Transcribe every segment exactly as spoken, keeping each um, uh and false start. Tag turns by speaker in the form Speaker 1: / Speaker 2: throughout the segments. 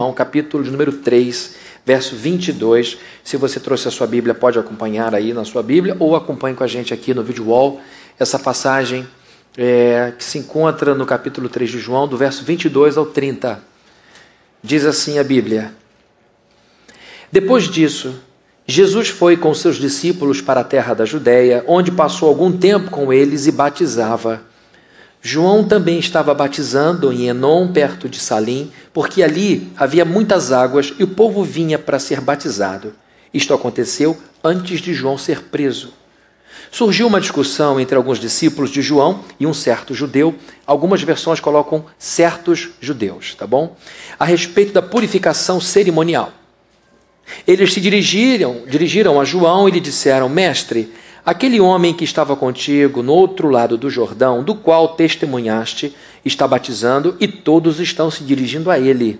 Speaker 1: Capítulo de número três, verso vinte e dois. Se você trouxe a sua Bíblia, pode acompanhar aí na sua Bíblia, ou acompanhe com a gente aqui no vídeo wall, essa passagem é, que se encontra no capítulo três de João, do verso vinte e dois ao trinta. Diz assim a Bíblia: Depois disso, Jesus foi com seus discípulos para a terra da Judéia, onde passou algum tempo com eles e batizava. João também estava batizando em Enom, perto de Salim, porque ali havia muitas águas e o povo vinha para ser batizado. Isto aconteceu antes de João ser preso. Surgiu uma discussão entre alguns discípulos de João e um certo judeu. Algumas versões colocam certos judeus, tá bom? A respeito da purificação cerimonial. Eles se dirigiram, dirigiram a João e lhe disseram: Mestre, aquele homem que estava contigo no outro lado do Jordão, do qual testemunhaste, está batizando e todos estão se dirigindo a ele.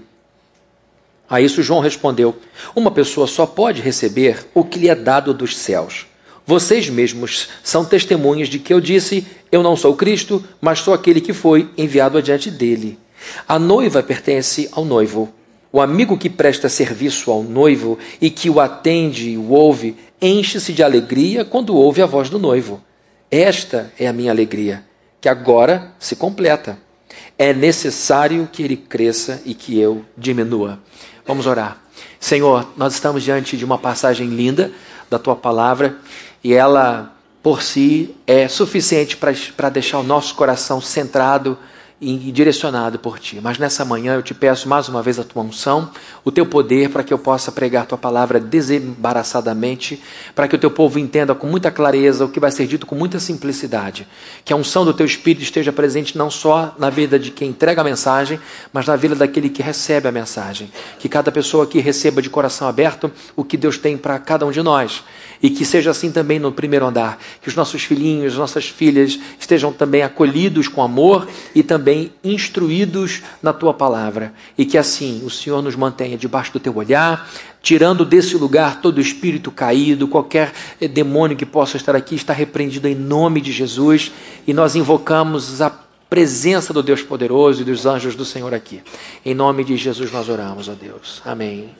Speaker 1: A isso João respondeu: Uma pessoa só pode receber o que lhe é dado dos céus. Vocês mesmos são testemunhas de que eu disse: Eu não sou Cristo, mas sou aquele que foi enviado adiante dele. A noiva pertence ao noivo. O amigo que presta serviço ao noivo e que o atende e o ouve, enche-se de alegria quando ouve a voz do noivo. Esta é a minha alegria, que agora se completa. É necessário que ele cresça e que eu diminua. Vamos orar. Senhor, nós estamos diante de uma passagem linda da Tua Palavra e ela, por si, é suficiente para deixar o nosso coração centrado e direcionado por Ti. Mas nessa manhã eu te peço mais uma vez a Tua unção, o Teu poder para que eu possa pregar Tua Palavra desembaraçadamente, para que o Teu povo entenda com muita clareza o que vai ser dito com muita simplicidade. Que a unção do Teu Espírito esteja presente não só na vida de quem entrega a mensagem, mas na vida daquele que recebe a mensagem. Que cada pessoa aqui receba de coração aberto o que Deus tem para cada um de nós. E que seja assim também no primeiro andar. Que os nossos filhinhos, nossas filhas estejam também acolhidos com amor e também instruídos na Tua Palavra. E que assim o Senhor nos mantenha debaixo do Teu olhar, tirando desse lugar todo espírito caído, qualquer demônio que possa estar aqui está repreendido em nome de Jesus. E nós invocamos a presença do Deus poderoso e dos anjos do Senhor aqui. Em nome de Jesus nós oramos, ó Deus. Amém.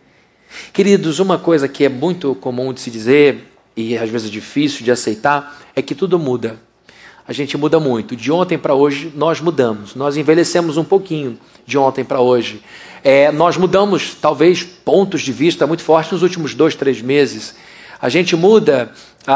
Speaker 1: Queridos, uma coisa que é muito comum de se dizer, e às vezes difícil de aceitar, é que tudo muda. A gente muda muito. De ontem para hoje, nós mudamos. Nós envelhecemos um pouquinho de ontem para hoje. É, nós mudamos, talvez, pontos de vista muito fortes nos últimos dois, três meses. A gente muda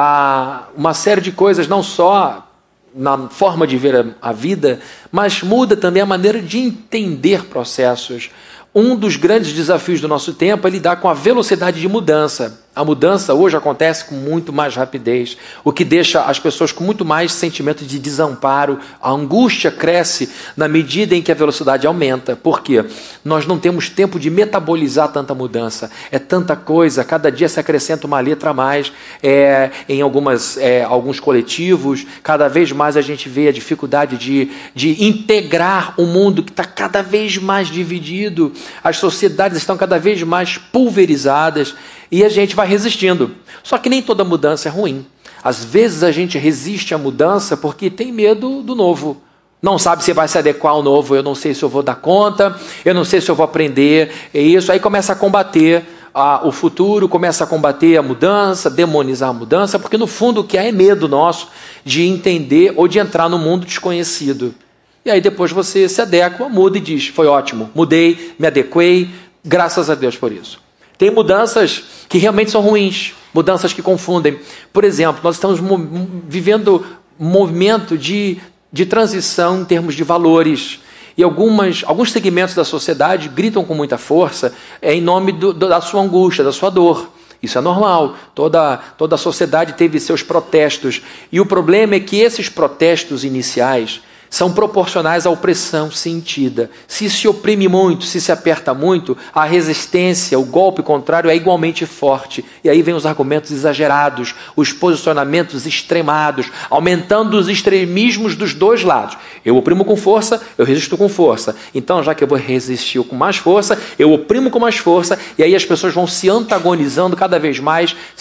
Speaker 1: a, uma série de coisas, não só na forma de ver a, a vida, mas muda também a maneira de entender processos. Um dos grandes desafios do nosso tempo é lidar com a velocidade de mudança. A mudança hoje acontece com muito mais rapidez, o que deixa as pessoas com muito mais sentimento de desamparo. A angústia cresce na medida em que a velocidade aumenta. Por quê? Nós não temos tempo de metabolizar tanta mudança. É tanta coisa, cada dia se acrescenta uma letra a mais. É, em algumas, é, alguns coletivos, cada vez mais a gente vê a dificuldade de, de integrar um mundo que está cada vez mais dividido. As sociedades estão cada vez mais pulverizadas. E a gente vai resistindo. Só que nem toda mudança é ruim. Às vezes a gente resiste à mudança porque tem medo do novo. Não sabe se vai se adequar ao novo. Eu não sei se eu vou dar conta. Eu não sei se eu vou aprender. É isso. Aí começa a combater a, o futuro, começa a combater a mudança, demonizar a mudança, porque no fundo o que é é medo nosso de entender ou de entrar no mundo desconhecido. E aí depois você se adequa, muda e diz: foi ótimo, mudei, me adequei, graças a Deus por isso. Tem mudanças que realmente são ruins, mudanças que confundem. Por exemplo, nós estamos vivendo um movimento de, de transição em termos de valores. E algumas, alguns segmentos da sociedade gritam com muita força é, em nome do, da sua angústia, da sua dor. Isso é normal. Toda, toda a sociedade teve seus protestos. E o problema é que esses protestos iniciais são proporcionais à opressão sentida. Se se oprime muito, se se aperta muito, a resistência, o golpe contrário é igualmente forte. E aí vem os argumentos exagerados, os posicionamentos extremados, aumentando os extremismos dos dois lados. Eu oprimo com força, eu resisto com força. Então, já que eu vou resistir com mais força, eu oprimo com mais força, e aí as pessoas vão se antagonizando cada vez mais, se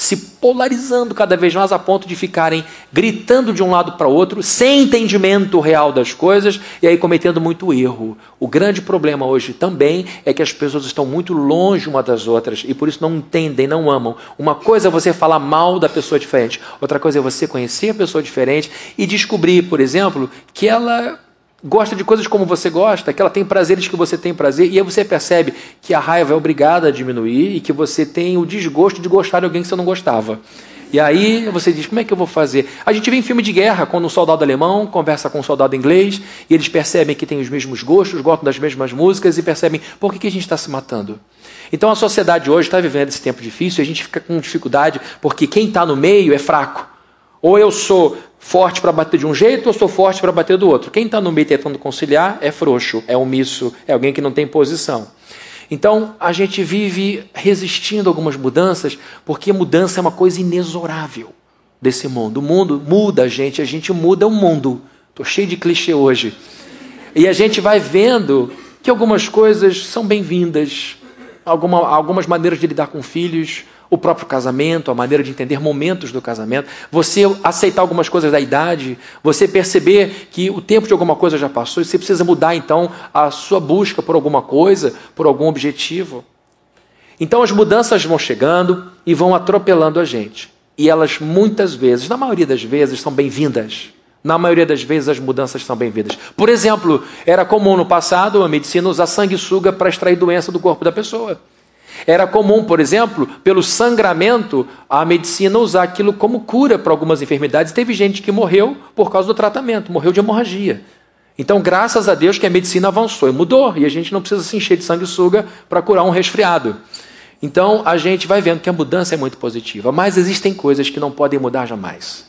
Speaker 1: polarizando cada vez mais a ponto de ficarem gritando de um lado para o outro, sem entendimento real das coisas, e aí cometendo muito erro. O grande problema hoje também é que as pessoas estão muito longe umas das outras, e por isso não entendem, não amam. Uma coisa é você falar mal da pessoa diferente, outra coisa é você conhecer a pessoa diferente e descobrir, por exemplo, que ela gosta de coisas como você gosta, que ela tem prazeres que você tem prazer, e aí você percebe que a raiva é obrigada a diminuir e que você tem o desgosto de gostar de alguém que você não gostava. E aí você diz, como é que eu vou fazer? A gente vê em filme de guerra, quando um soldado alemão conversa com um soldado inglês, e eles percebem que têm os mesmos gostos, gostam das mesmas músicas, e percebem, por que, que a gente está se matando? Então a sociedade hoje está vivendo esse tempo difícil, e a gente fica com dificuldade, porque quem está no meio é fraco. Ou eu sou forte para bater de um jeito, ou sou forte para bater do outro. Quem está no meio tentando conciliar é frouxo, é omisso, é alguém que não tem posição. Então, a gente vive resistindo a algumas mudanças, porque a mudança é uma coisa inexorável desse mundo. O mundo muda a gente, a gente muda o mundo. Estou cheio de clichê hoje. E a gente vai vendo que algumas coisas são bem-vindas, alguma, algumas maneiras de lidar com filhos, o próprio casamento, a maneira de entender momentos do casamento, você aceitar algumas coisas da idade, você perceber que o tempo de alguma coisa já passou e você precisa mudar, então, a sua busca por alguma coisa, por algum objetivo. Então, as mudanças vão chegando e vão atropelando a gente. E elas, muitas vezes, na maioria das vezes, são bem-vindas. Na maioria das vezes, as mudanças são bem-vindas. Por exemplo, era comum no passado a medicina usar sanguessuga para extrair doença do corpo da pessoa. Era comum, por exemplo, pelo sangramento, a medicina usar aquilo como cura para algumas enfermidades. Teve gente que morreu por causa do tratamento, morreu de hemorragia. Então, graças a Deus que a medicina avançou e mudou, e a gente não precisa se encher de sanguessuga para curar um resfriado. Então, a gente vai vendo que a mudança é muito positiva, mas existem coisas que não podem mudar jamais.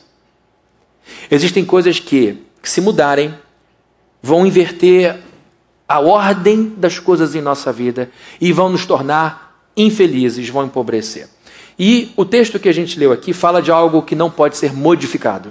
Speaker 1: Existem coisas que, que se mudarem, vão inverter a ordem das coisas em nossa vida e vão nos tornar infelizes, vão empobrecer. E o texto que a gente leu aqui fala de algo que não pode ser modificado.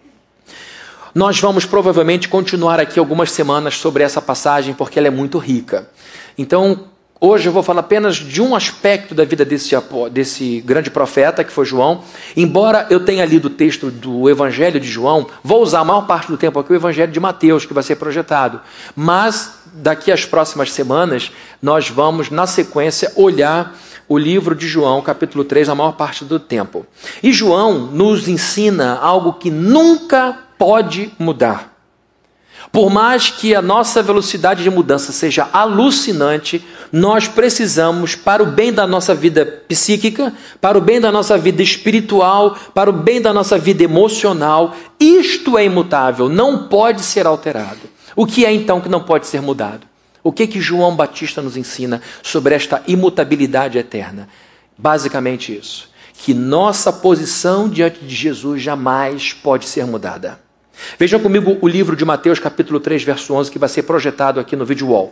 Speaker 1: Nós vamos provavelmente continuar aqui algumas semanas sobre essa passagem, porque ela é muito rica. Então, hoje eu vou falar apenas de um aspecto da vida desse, desse grande profeta, que foi João. Embora eu tenha lido o texto do Evangelho de João, vou usar a maior parte do tempo aqui o Evangelho de Mateus, que vai ser projetado. Mas, daqui às próximas semanas, nós vamos, na sequência, olhar o livro de João, capítulo três, a maior parte do tempo. E João nos ensina algo que nunca pode mudar. Por mais que a nossa velocidade de mudança seja alucinante, nós precisamos, para o bem da nossa vida psíquica, para o bem da nossa vida espiritual, para o bem da nossa vida emocional, isto é imutável, não pode ser alterado. O que é então que não pode ser mudado? O que que João Batista nos ensina sobre esta imutabilidade eterna? Basicamente isso, que nossa posição diante de Jesus jamais pode ser mudada. Vejam comigo o livro de Mateus, capítulo três, verso onze, que vai ser projetado aqui no vídeo wall.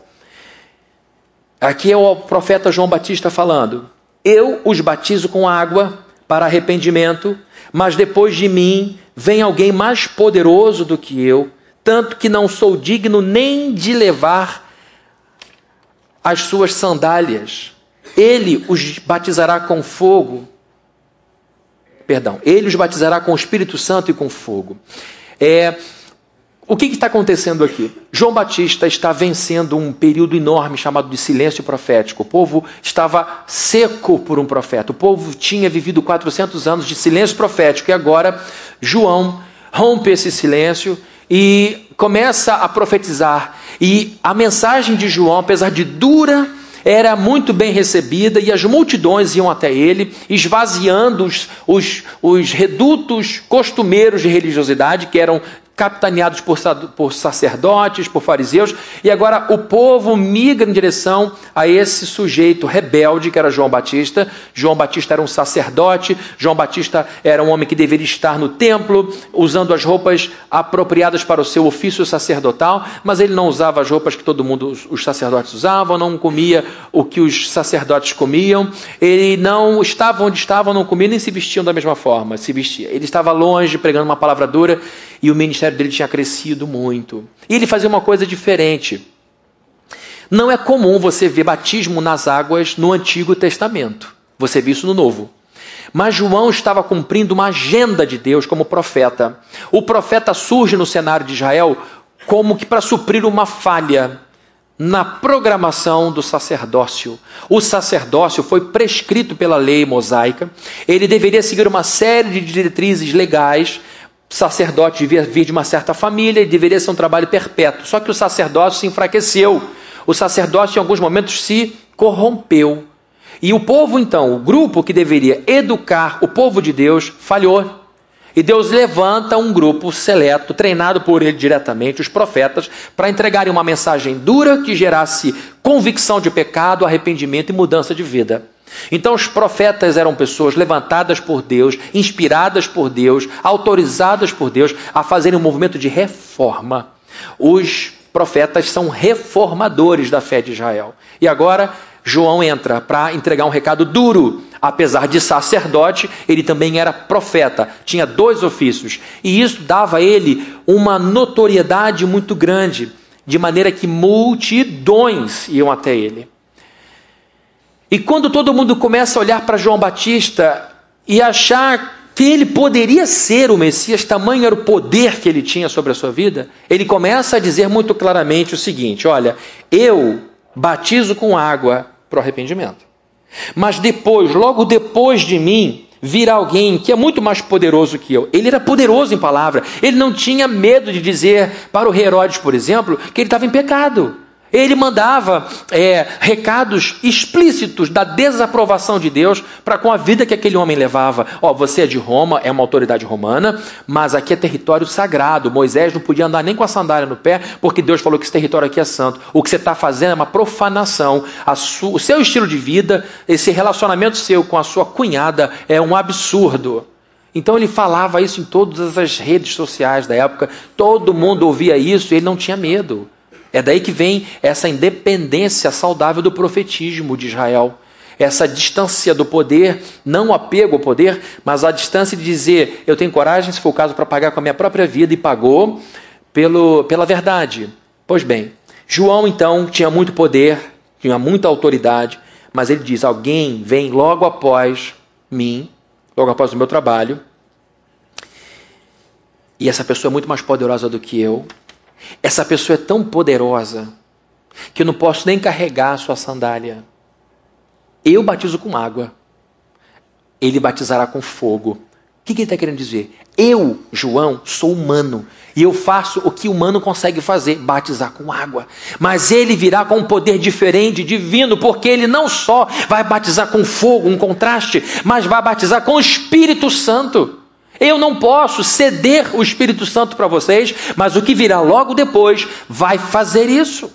Speaker 1: Aqui é o profeta João Batista falando: eu os batizo com água para arrependimento, mas depois de mim vem alguém mais poderoso do que eu, tanto que não sou digno nem de levar as suas sandálias. Ele os batizará com fogo. Perdão, ele os batizará com o Espírito Santo e com fogo. É, o que está acontecendo aqui? João Batista está vencendo um período enorme chamado de silêncio profético. O povo estava seco por um profeta. O povo tinha vivido quatrocentos anos de silêncio profético. E agora João rompe esse silêncio e começa a profetizar. E a mensagem de João, apesar de dura, era muito bem recebida, e as multidões iam até ele, esvaziando os, os, os redutos costumeiros de religiosidade, que eram capitaneados por, por sacerdotes, por fariseus, e agora o povo migra em direção a esse sujeito rebelde que era João Batista. João Batista era um sacerdote, João Batista era um homem que deveria estar no templo, usando as roupas apropriadas para o seu ofício sacerdotal, mas ele não usava as roupas que todo mundo, os sacerdotes usavam, não comia o que os sacerdotes comiam, ele não estava onde estava, não comia, nem se vestiam da mesma forma, se vestia. Ele estava longe, pregando uma palavra dura, e o ministério dele tinha crescido muito. E ele fazia uma coisa diferente. Não é comum você ver batismo nas águas no Antigo Testamento. Você vê isso no Novo. Mas João estava cumprindo uma agenda de Deus como profeta. O profeta surge no cenário de Israel como que para suprir uma falha na programação do sacerdócio. O sacerdócio foi prescrito pela lei mosaica. Ele deveria seguir uma série de diretrizes legais. O sacerdote devia vir de uma certa família e deveria ser um trabalho perpétuo. Só que o sacerdócio se enfraqueceu. O sacerdócio, em alguns momentos, se corrompeu. E o povo, então, o grupo que deveria educar o povo de Deus, falhou. E Deus levanta um grupo seleto, treinado por ele diretamente, os profetas, para entregarem uma mensagem dura que gerasse convicção de pecado, arrependimento e mudança de vida. Então os profetas eram pessoas levantadas por Deus, inspiradas por Deus, autorizadas por Deus a fazerem um movimento de reforma. Os profetas são reformadores da fé de Israel. E agora João entra para entregar um recado duro. Apesar de sacerdote, ele também era profeta, tinha dois ofícios. E isso dava a ele uma notoriedade muito grande, de maneira que multidões iam até ele. E quando todo mundo começa a olhar para João Batista e achar que ele poderia ser o Messias, tamanho era o poder que ele tinha sobre a sua vida, ele começa a dizer muito claramente o seguinte: olha, eu batizo com água para o arrependimento. Mas depois, logo depois de mim, virá alguém que é muito mais poderoso que eu. Ele era poderoso em palavra. Ele não tinha medo de dizer para o rei Herodes, por exemplo, que ele estava em pecado. Ele mandava é, recados explícitos da desaprovação de Deus para com a vida que aquele homem levava. Ó, você é de Roma, é uma autoridade romana, mas aqui é território sagrado. Moisés não podia andar nem com a sandália no pé, porque Deus falou que esse território aqui é santo. O que você está fazendo é uma profanação. A su... O seu estilo de vida, esse relacionamento seu com a sua cunhada é um absurdo. Então ele falava isso em todas as redes sociais da época. Todo mundo ouvia isso e ele não tinha medo. É daí que vem essa independência saudável do profetismo de Israel. Essa distância do poder, não o apego ao poder, mas a distância de dizer, eu tenho coragem, se for o caso, para pagar com a minha própria vida, e pagou pelo, pela verdade. Pois bem, João então tinha muito poder, tinha muita autoridade, mas ele diz, alguém vem logo após mim, logo após o meu trabalho, e essa pessoa é muito mais poderosa do que eu. Essa pessoa é tão poderosa que eu não posso nem carregar a sua sandália. Eu batizo com água. Ele batizará com fogo. O que, que ele está querendo dizer? Eu, João, sou humano. E eu faço o que o humano consegue fazer, batizar com água. Mas ele virá com um poder diferente, divino, porque ele não só vai batizar com fogo, um contraste, mas vai batizar com o Espírito Santo. Eu não posso ceder o Espírito Santo para vocês, mas o que virá logo depois vai fazer isso.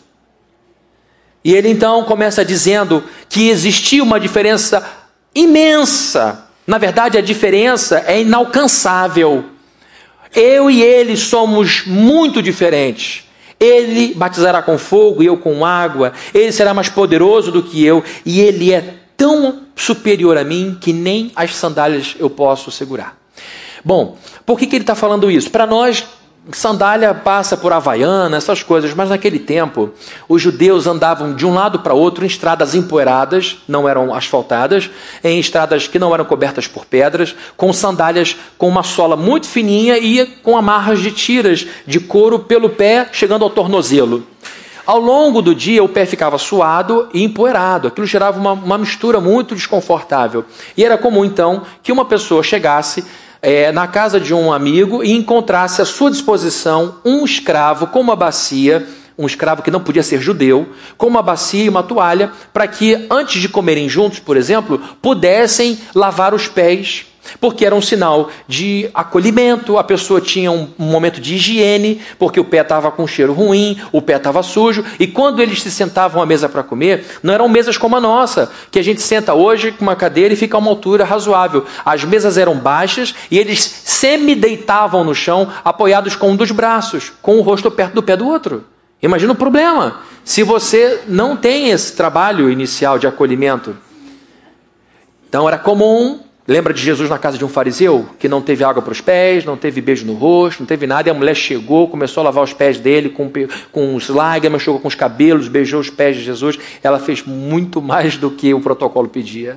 Speaker 1: E ele então começa dizendo que existia uma diferença imensa. Na verdade, a diferença é inalcançável. Eu e ele somos muito diferentes. Ele batizará com fogo e eu com água. Ele será mais poderoso do que eu. E ele é tão superior a mim que nem as sandálias eu posso segurar. Bom, por que, que ele está falando isso? Para nós, sandália passa por Havaiana, essas coisas, mas naquele tempo, os judeus andavam de um lado para outro em estradas empoeiradas, não eram asfaltadas, em estradas que não eram cobertas por pedras, com sandálias com uma sola muito fininha e com amarras de tiras de couro pelo pé, chegando ao tornozelo. Ao longo do dia, o pé ficava suado e empoeirado. Aquilo gerava uma, uma mistura muito desconfortável. E era comum, então, que uma pessoa chegasse É, na casa de um amigo e encontrasse à sua disposição um escravo com uma bacia, um escravo que não podia ser judeu, com uma bacia e uma toalha, para que antes de comerem juntos, por exemplo, pudessem lavar os pés, porque era um sinal de acolhimento, a pessoa tinha um, um momento de higiene, porque o pé estava com cheiro ruim, o pé estava sujo, e quando eles se sentavam à mesa para comer, não eram mesas como a nossa, que a gente senta hoje com uma cadeira e fica a uma altura razoável. As mesas eram baixas e eles semi-deitavam no chão, apoiados com um dos braços, com o rosto perto do pé do outro. Imagina o problema, se você não tem esse trabalho inicial de acolhimento. Então era comum. Lembra de Jesus na casa de um fariseu, que não teve água para os pés, não teve beijo no rosto, não teve nada, e a mulher chegou, começou a lavar os pés dele com, com os lágrimas, chegou com os cabelos, beijou os pés de Jesus. Ela fez muito mais do que o protocolo pedia.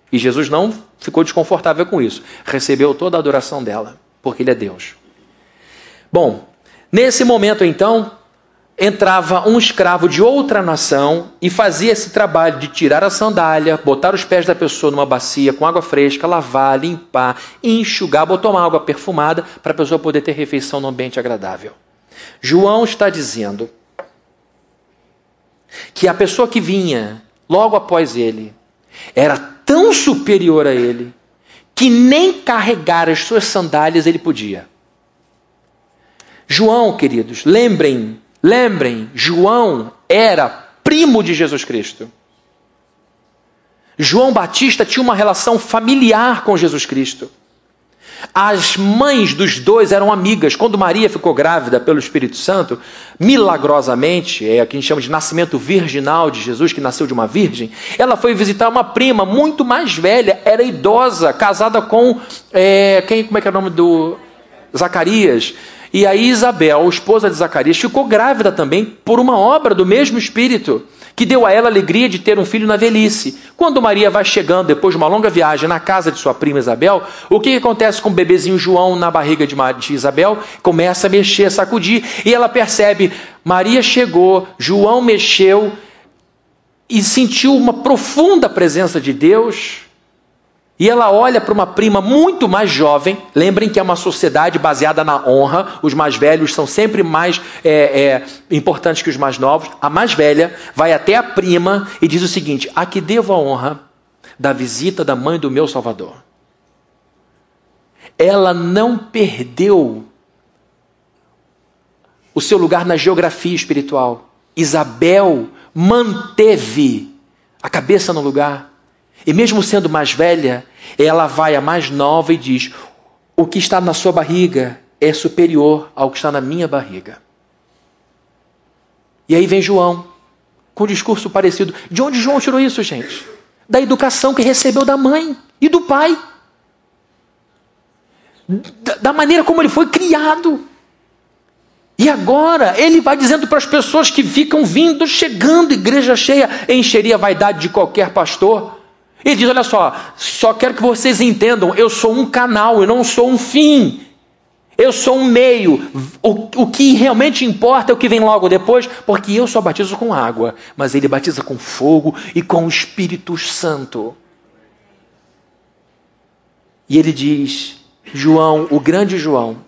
Speaker 1: E Jesus não ficou desconfortável com isso. Recebeu toda a adoração dela, porque ele é Deus. Bom, nesse momento então, entrava um escravo de outra nação e fazia esse trabalho de tirar a sandália, botar os pés da pessoa numa bacia com água fresca, lavar, limpar, enxugar, botar uma água perfumada para a pessoa poder ter refeição num ambiente agradável. João está dizendo que a pessoa que vinha logo após ele era tão superior a ele que nem carregar as suas sandálias ele podia. João, queridos, lembrem, lembrem, João era primo de Jesus Cristo. João Batista tinha uma relação familiar com Jesus Cristo. As mães dos dois eram amigas. Quando Maria ficou grávida pelo Espírito Santo, milagrosamente, é o que a gente chama de nascimento virginal de Jesus, que nasceu de uma virgem, ela foi visitar uma prima muito mais velha, era idosa, casada com, é, quem, como é que é o nome do... Zacarias. E aí Isabel, esposa de Zacarias, ficou grávida também por uma obra do mesmo Espírito, que deu a ela a alegria de ter um filho na velhice. Quando Maria vai chegando, depois de uma longa viagem, na casa de sua prima Isabel, o que acontece com o bebezinho João na barriga de Isabel? Começa a mexer, a sacudir, e ela percebe, Maria chegou, João mexeu, e sentiu uma profunda presença de Deus. E ela olha para uma prima muito mais jovem. Lembrem que é uma sociedade baseada na honra. Os mais velhos são sempre mais é, é, importantes que os mais novos. A mais velha vai até a prima e diz o seguinte: a que devo a honra da visita da mãe do meu Salvador. Ela não perdeu o seu lugar na geografia espiritual. Isabel manteve a cabeça no lugar. E mesmo sendo mais velha, ela vai à mais nova e diz: o que está na sua barriga é superior ao que está na minha barriga. E aí vem João, com um discurso parecido. De onde João tirou isso, gente? Da educação que recebeu da mãe e do pai. Da, da maneira como ele foi criado. E agora ele vai dizendo para as pessoas que ficam vindo, chegando, igreja cheia, encheria a vaidade de qualquer pastor. Ele diz, olha só, só quero que vocês entendam, eu sou um canal, eu não sou um fim. Eu sou um meio. O, o que realmente importa é o que vem logo depois, porque eu só batizo com água, mas ele batiza com fogo e com o Espírito Santo. E ele diz, João, o grande João,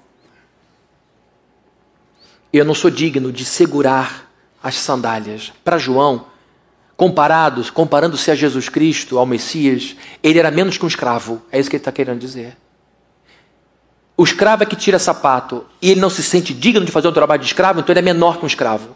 Speaker 1: eu não sou digno de segurar as sandálias. Para João, Comparado, comparando-se a Jesus Cristo, ao Messias, ele era menos que um escravo. É isso que ele está querendo dizer. O escravo é que tira sapato e ele não se sente digno de fazer um trabalho de escravo, então ele é menor que um escravo.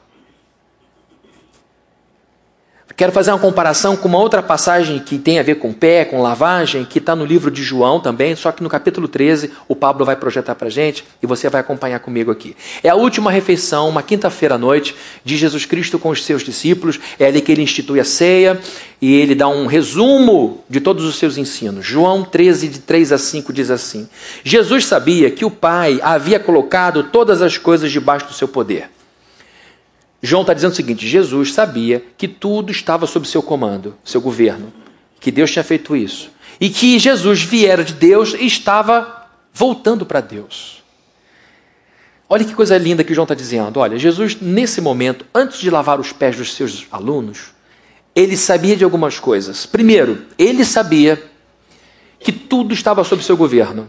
Speaker 1: Quero fazer uma comparação com uma outra passagem que tem a ver com pé, com lavagem, que está no livro de João também, só que no capítulo treze o Pablo vai projetar para a gente e você vai acompanhar comigo aqui. É a última refeição, uma quinta-feira à noite, de Jesus Cristo com os seus discípulos. É ali que ele institui a ceia e ele dá um resumo de todos os seus ensinos. João treze, de três a cinco, diz assim: Jesus sabia que o Pai havia colocado todas as coisas debaixo do seu poder. João está dizendo o seguinte: Jesus sabia que tudo estava sob seu comando, seu governo, que Deus tinha feito isso, e que Jesus viera de Deus e estava voltando para Deus. Olha que coisa linda que João está dizendo. Olha, Jesus, nesse momento, antes de lavar os pés dos seus alunos, ele sabia de algumas coisas. Primeiro, ele sabia que tudo estava sob seu governo.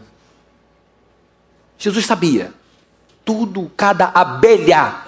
Speaker 1: Jesus sabia. Tudo, cada abelha,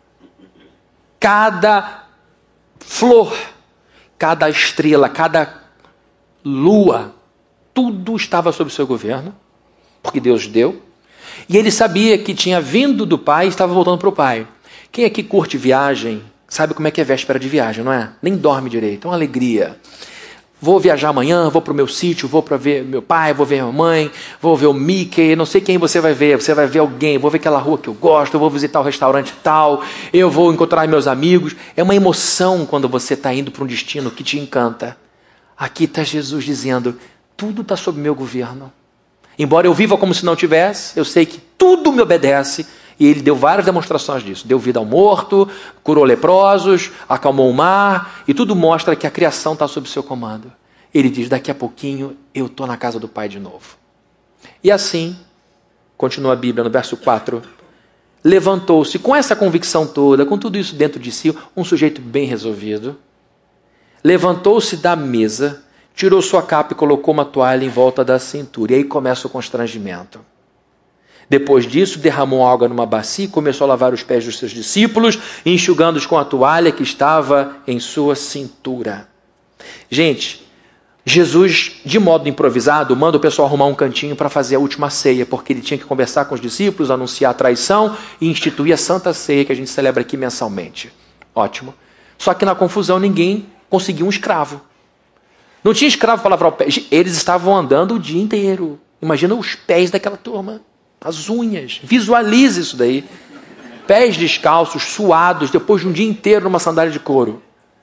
Speaker 1: cada flor, cada estrela, cada lua, tudo estava sob seu governo, porque Deus deu. E ele sabia que tinha vindo do Pai e estava voltando para o Pai. Quem aqui curte viagem, sabe como é que é véspera de viagem, não é? Nem dorme direito, é uma alegria. Vou viajar amanhã, vou para o meu sítio, vou para ver meu pai, vou ver minha mãe, vou ver o Mickey, não sei quem você vai ver, você vai ver alguém, vou ver aquela rua que eu gosto, eu vou visitar o restaurante tal, eu vou encontrar meus amigos. É uma emoção quando você está indo para um destino que te encanta. Aqui está Jesus dizendo, tudo está sob meu governo. Embora eu viva como se não tivesse, eu sei que tudo me obedece. E ele deu várias demonstrações disso. Deu vida ao morto, curou leprosos, acalmou o mar, e tudo mostra que a criação está sob seu comando. ele diz, daqui a pouquinho eu estou na casa do Pai de novo. E assim, continua a Bíblia no verso quatro, levantou-se com essa convicção toda, com tudo isso dentro de si, um sujeito bem resolvido, levantou-se da mesa, tirou sua capa e colocou uma toalha em volta da cintura. E aí começa o constrangimento. Depois disso, derramou água numa bacia e começou a lavar os pés dos seus discípulos, enxugando-os com a toalha que estava em sua cintura. Gente, Jesus, de modo improvisado, manda o pessoal arrumar um cantinho para fazer a última ceia, porque ele tinha que conversar com os discípulos, anunciar a traição e instituir a Santa Ceia que a gente celebra aqui mensalmente. Ótimo. Só que na confusão ninguém conseguiu um escravo. Não tinha escravo para lavar o pé. Eles estavam andando o dia inteiro. Imagina os pés daquela turma. As unhas. Visualize isso daí. Pés descalços, suados, depois de um dia inteiro numa sandália de couro.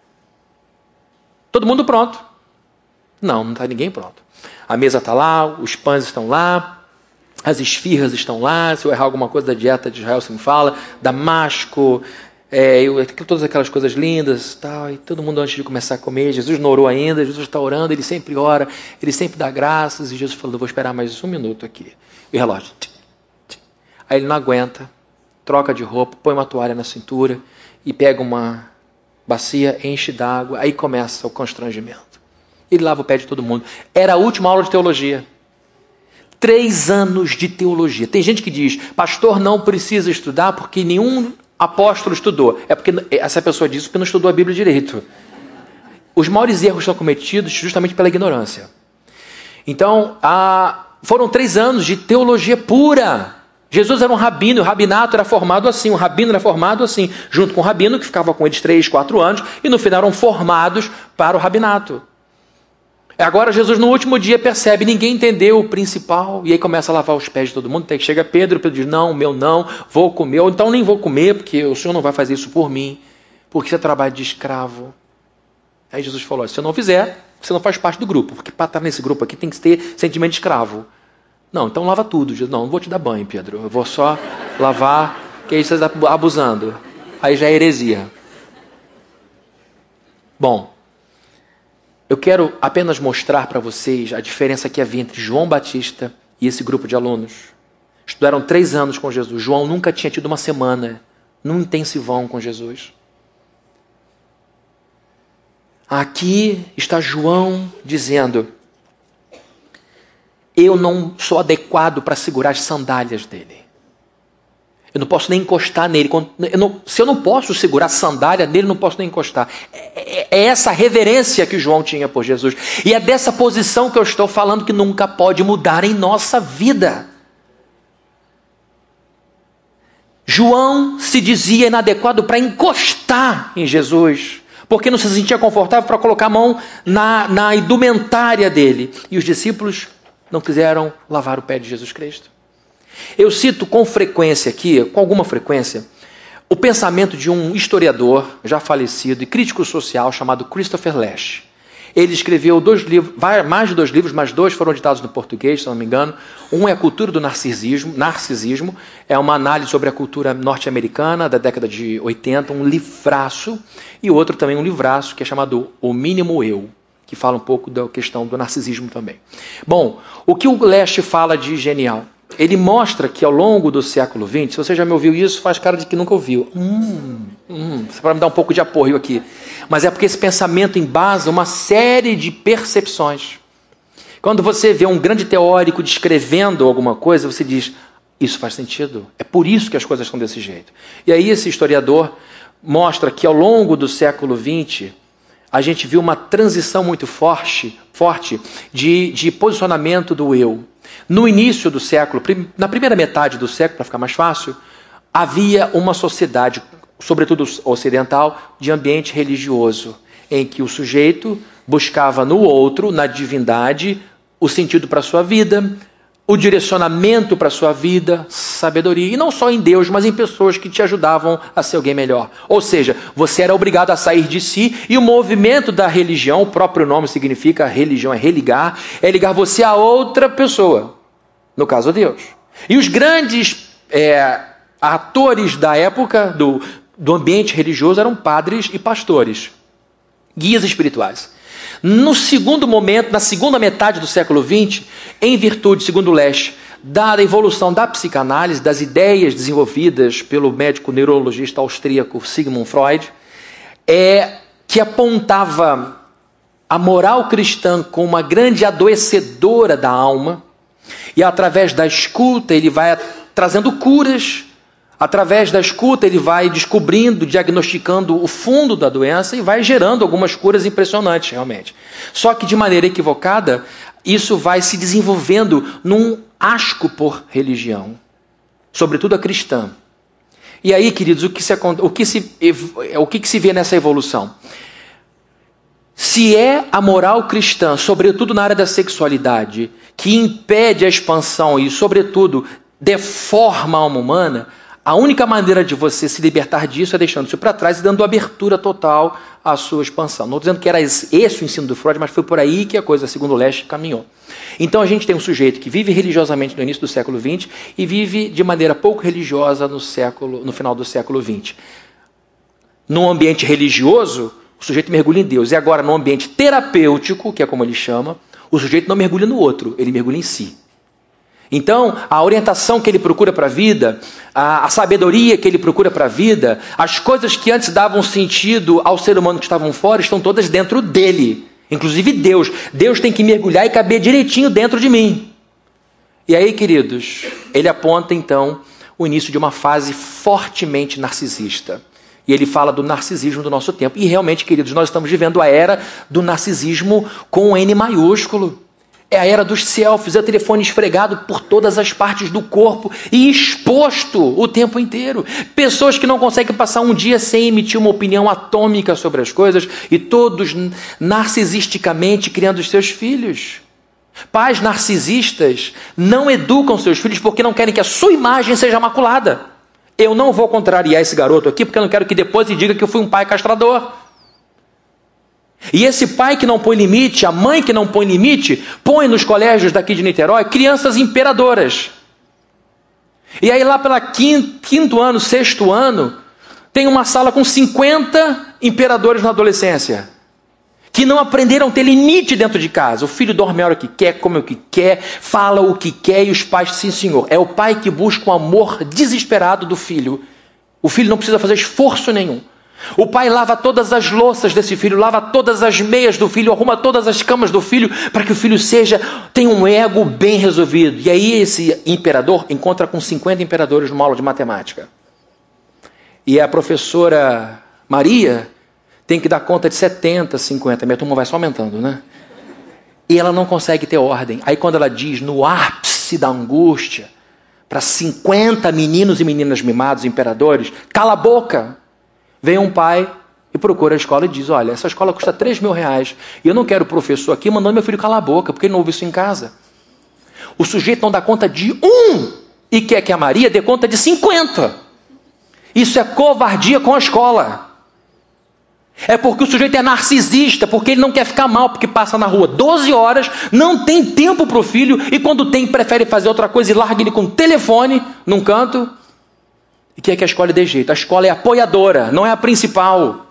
Speaker 1: Todo mundo pronto. Não, não está ninguém pronto. A mesa está lá, os pães estão lá, as esfirras estão lá. Se eu errar alguma coisa da dieta de Israel, você me fala. Damasco, é, eu, todas aquelas coisas lindas. Tal, e todo mundo antes de começar a comer. Jesus não orou ainda, Jesus está orando, ele sempre ora, ele sempre dá graças. E Jesus falou, vou esperar mais um minuto aqui. E o relógio... Aí ele não aguenta, troca de roupa, põe uma toalha na cintura e pega uma bacia, enche d'água, aí começa o constrangimento. Ele lava o pé de todo mundo. Era a última aula de teologia. Três anos de teologia. Tem gente que diz, pastor não precisa estudar porque nenhum apóstolo estudou. É porque essa pessoa diz porque não estudou a Bíblia direito. Os maiores erros são cometidos justamente pela ignorância. Então, a... foram três anos de teologia pura. Jesus era um rabino, o rabinato era formado assim, o rabino era formado assim, junto com o rabino que ficava com eles três, quatro anos, e no final eram formados para o rabinato. Agora Jesus no último dia percebe, ninguém entendeu o principal, e aí começa a lavar os pés de todo mundo, até que chega Pedro, Pedro diz, não, meu não, vou comer, ou então nem vou comer, porque o Senhor não vai fazer isso por mim, porque isso é trabalho de escravo. Aí Jesus falou, se eu não fizer, você não faz parte do grupo, porque para estar nesse grupo aqui tem que ter sentimento de escravo. Não, então lava tudo. Não, não vou te dar banho, Pedro. Eu vou só lavar, que aí você está abusando. Aí já é heresia. Bom, eu quero apenas mostrar para vocês a diferença que havia entre João Batista e esse grupo de alunos. Estudaram três anos com Jesus. João nunca tinha tido uma semana num intensivão com Jesus. Aqui está João dizendo... eu não sou adequado para segurar as sandálias dele. Eu não posso nem encostar nele. Eu não, se eu não posso segurar a sandália dele, não posso nem encostar. É, é, é essa reverência que João tinha por Jesus. E é dessa posição que eu estou falando que nunca pode mudar em nossa vida. João se dizia inadequado para encostar em Jesus, porque não se sentia confortável para colocar a mão na, na indumentária dele. E os discípulos não quiseram lavar o pé de Jesus Cristo. Eu cito com frequência aqui, com alguma frequência, o pensamento de um historiador já falecido e crítico social chamado Christopher Lasch. Ele escreveu dois livros, mais de dois livros, mas dois foram editados no português, se não me engano. Um é a cultura do narcisismo, narcisismo, é uma análise sobre a cultura norte-americana da década de oitenta, um livraço, e outro também um livraço que é chamado O Mínimo Eu, que fala um pouco da questão do narcisismo também. Bom, o que o Lasch fala de genial? Ele mostra que ao longo do século vinte, se você já me ouviu isso, faz cara de que nunca ouviu. Hum, hum, você pode me dar um pouco de apoio aqui. Mas é porque esse pensamento embasa uma série de percepções. Quando você vê um grande teórico descrevendo alguma coisa, você diz, isso faz sentido. É por isso que as coisas estão desse jeito. E aí esse historiador mostra que ao longo do século vinte, a gente viu uma transição muito forte, forte de, de posicionamento do eu. No início do século, na primeira metade do século, para ficar mais fácil, havia uma sociedade, sobretudo ocidental, de ambiente religioso, em que o sujeito buscava no outro, na divindade, o sentido para a sua vida, o direcionamento para a sua vida, sabedoria. E não só em Deus, mas em pessoas que te ajudavam a ser alguém melhor. Ou seja, você era obrigado a sair de si, e o movimento da religião, o próprio nome significa, religião é religar, é ligar você a outra pessoa, no caso Deus. E os grandes é, atores da época, do, do ambiente religioso, eram padres e pastores, guias espirituais. No segundo momento, na segunda metade do século vinte, em virtude, segundo Lesch, da evolução da psicanálise, das ideias desenvolvidas pelo médico neurologista austríaco Sigmund Freud, é que apontava a moral cristã como uma grande adoecedora da alma, e através da escuta ele vai trazendo curas, através da escuta ele vai descobrindo, diagnosticando o fundo da doença e vai gerando algumas curas impressionantes realmente. Só que de maneira equivocada, isso vai se desenvolvendo num asco por religião, sobretudo a cristã. E aí, queridos, o que se, o que se, o que se vê nessa evolução? Se é a moral cristã, sobretudo na área da sexualidade, que impede a expansão e, sobretudo, deforma a alma humana, a única maneira de você se libertar disso é deixando isso para trás e dando abertura total à sua expansão. Não estou dizendo que era esse o ensino do Freud, mas foi por aí que a coisa, segundo o Lesch, caminhou. Então a gente tem um sujeito que vive religiosamente no início do século vinte e vive de maneira pouco religiosa no, século, no final do século vinte. Num ambiente religioso, o sujeito mergulha em Deus. E agora, no ambiente terapêutico, que é como ele chama, o sujeito não mergulha no outro, ele mergulha em si. Então, a orientação que ele procura para a vida, a, a sabedoria que ele procura para a vida, as coisas que antes davam sentido ao ser humano que estavam fora, estão todas dentro dele. Inclusive Deus. Deus tem que mergulhar e caber direitinho dentro de mim. E aí, queridos, ele aponta então o início de uma fase fortemente narcisista. E ele fala do narcisismo do nosso tempo. E realmente, queridos, nós estamos vivendo a era do narcisismo com um N maiúsculo. É a era dos selfies, é o telefone esfregado por todas as partes do corpo e exposto o tempo inteiro. Pessoas que não conseguem passar um dia sem emitir uma opinião atômica sobre as coisas e todos narcisisticamente criando os seus filhos. Pais narcisistas não educam seus filhos porque não querem que a sua imagem seja maculada. Eu não vou contrariar esse garoto aqui porque eu não quero que depois ele diga que eu fui um pai castrador. E esse pai que não põe limite, a mãe que não põe limite, põe nos colégios daqui de Niterói crianças imperadoras. E aí lá pela quinto, quinto ano, sexto ano, tem uma sala com cinquenta imperadores na adolescência, que não aprenderam a ter limite dentro de casa. O filho dorme a hora que quer, come o que quer, fala o que quer e os pais, sim senhor. É o pai que busca o amor desesperado do filho. O filho não precisa fazer esforço nenhum. O pai lava todas as louças desse filho, lava todas as meias do filho, arruma todas as camas do filho, para que o filho seja, tenha um ego bem resolvido. E aí esse imperador encontra com cinquenta imperadores numa aula de matemática. E a professora Maria tem que dar conta de setenta, cinquenta, minha turma vai só aumentando, né? E ela não consegue ter ordem. Aí quando ela diz, no ápice da angústia, para cinquenta meninos e meninas mimados, imperadores, cala a boca! Vem um pai e procura a escola e diz, olha, essa escola custa três mil reais e eu não quero o professor aqui mandando meu filho calar a boca, porque ele não ouve isso em casa. O sujeito não dá conta de um e quer que a Maria dê conta de cinquenta. Isso é covardia com a escola. É porque o sujeito é narcisista, porque ele não quer ficar mal, porque passa na rua doze horas, não tem tempo para o filho e quando tem, prefere fazer outra coisa e larga ele com o telefone num canto. E quer que a escola dê jeito. A escola é apoiadora, não é a principal.